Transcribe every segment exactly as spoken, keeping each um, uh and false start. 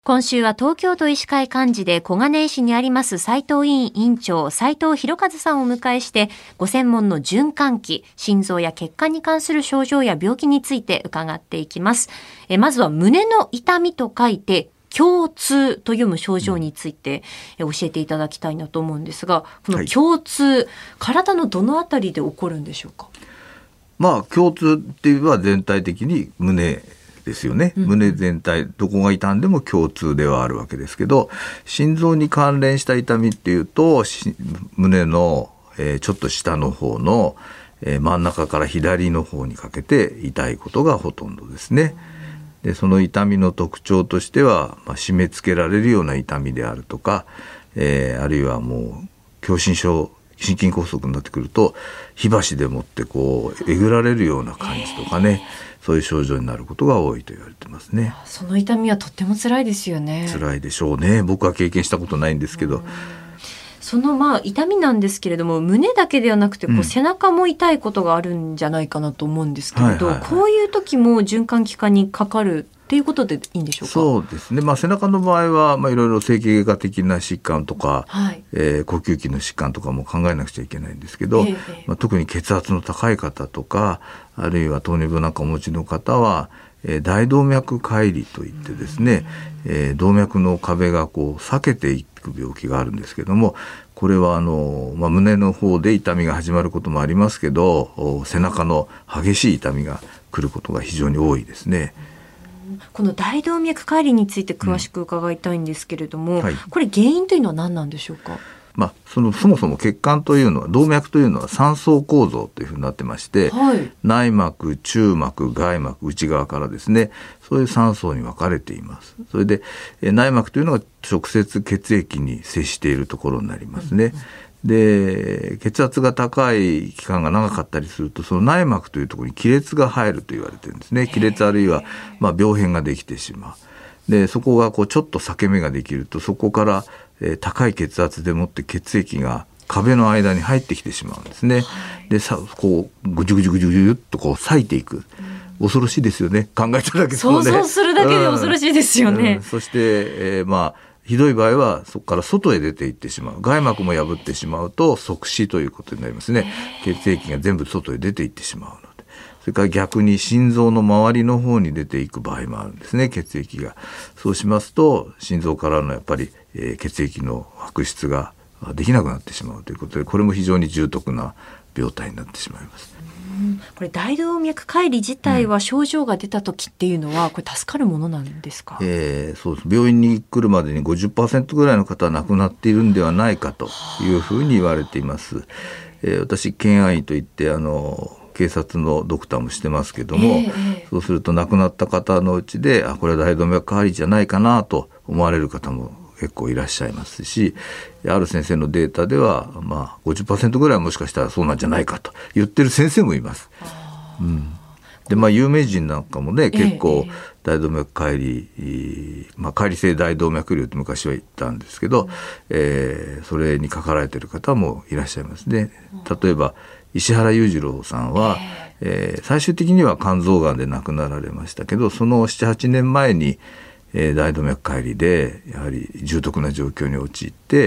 今週は東京都医師会幹事で小金井市にあります斉藤医院院長斉藤博和さんをお迎えしてご専門の循環器、心臓や血管に関する症状や病気について伺っていきます。えまずは胸の痛みと書いて胸痛と読む症状について教えていただきたいなと思うんですが、この胸痛、はい、体のどのあたりで起こるんでしょうか。 まあ胸痛っていうのは全体的に胸ですよね。胸全体どこが痛んでも胸痛ではあるわけですけど、心臓に関連した痛みっていうと胸の、えー、ちょっと下の方の、えー、真ん中から左の方にかけて痛いことがほとんどですね。でその痛みの特徴としては、まあ、締め付けられるような痛みであるとか、えー、あるいはもう狭心症心筋梗塞になってくると火箸でもってこうえぐられるような感じとかね、そういう症状になることが多いと言われてますね。 その痛みはとっても辛いですよね。 辛いでしょうね。僕は経験したことないんですけど、 そのまあ痛みなんですけれども、胸だけではなくてこう、うん、背中も痛いことがあるんじゃないかなと思うんですけれど、はいはいはい、こういう時も循環器科にかかるっていうことでいいんでしょうか。 そうですね、まあ、背中の場合は、まあ、いろいろ整形外科的な疾患とか、はいえー、呼吸器の疾患とかも考えなくちゃいけないんですけど、えーまあ、特に血圧の高い方とかあるいは糖尿病なんかお持ちの方は、えー、大動脈解離といってですね、えー、動脈の壁がこう裂けていく病気があるんですけども、これはあの、まあ、胸の方で痛みが始まることもありますけど、背中の激しい痛みが来ることが非常に多いですね。 この大動脈解離について詳しく伺いたいんですけれども、うんはい、これ原因というのは何なんでしょうか。 まあ、そのそもそも血管というのは動脈というのはさん層構造というふうになってまして、はい、内膜、中膜、外膜、内側からですね、そういうさん層に分かれています。それで内膜というのが直接血液に接しているところになりますね。うんうんで血圧が高い期間が長かったりすると、その内膜というところに亀裂が入ると言われてるんですね。亀裂あるいはまあ病変ができてしまう。でそこがこうちょっと裂け目ができると、そこから、えー、高い血圧でもって血液が壁の間に入ってきてしまうんですね。でさこうぐじゅぐじゅぐじゅぐじゅっとこう裂いていく。恐ろしいですよね。考えただけでもね。 想像するだけで恐ろしいですよね。 うんうん、そして、えー、まあひどい場合はそこから外へ出ていってしまう。外膜も破ってしまうと即死ということになりますね。血液が全部外へ出ていってしまうので。それから逆に心臓の周りの方に出ていく場合もあるんですね、血液が。そうしますと心臓からのやっぱり、えー、血液の排出ができなくなってしまうということで、これも非常に重篤な病態になってしまいます。 これ大動脈解離自体は症状が出た時っていうのは、うん、これ助かるものなんですか。 えー、そうです。病院に来るまでに ごじゅっパーセント ぐらいの方は亡くなっているんではないかというふうに言われています。えー、私検案医といってあの警察のドクターもしてますけども、えー、そうすると亡くなった方のうちであこれは大動脈解離じゃないかなと思われる方も結構いらっしゃいますし、ある先生のデータでは、まあ、ごじゅっパーセント ぐらいはもしかしたらそうなんじゃないかと言ってる先生もいます。うん、でまあ、有名人なんかもね結構大動脈解離、えーまあ、解離性大動脈瘤って昔は言ったんですけど、うんえー、それにかかられてる方もいらっしゃいますね。例えば石原裕次郎さんは、えー、最終的には肝臓がんで亡くなられましたけど、その ななはちねんまえにえー、大動脈解離でやはり重篤な状況に陥って、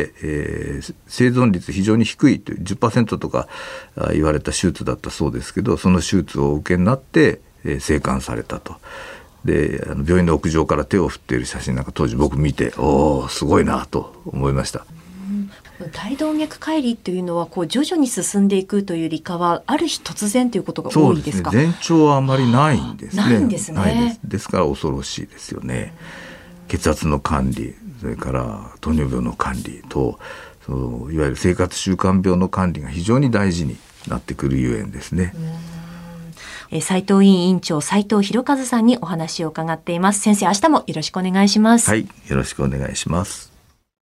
えー、生存率非常に低いという じゅっパーセント とか言われた手術だったそうですけど、その手術をお受けになって、えー、生還されたと。であの病院の屋上から手を振っている写真なんか当時僕見ておーすごいなと思いました。 大動脈解離というのはこう徐々に進んでいくというよりかはある日突然ということが多いですか。 そうですね、前兆はあまりないんですね。 ないんですね。 ないです。ですから恐ろしいですよね。血圧の管理、それから糖尿病の管理とそのいわゆる生活習慣病の管理が非常に大事になってくるゆえんですね。 え斉藤医院院長斉藤博和さんにお話を伺っています。先生、明日もよろしくお願いします。 はい、よろしくお願いします。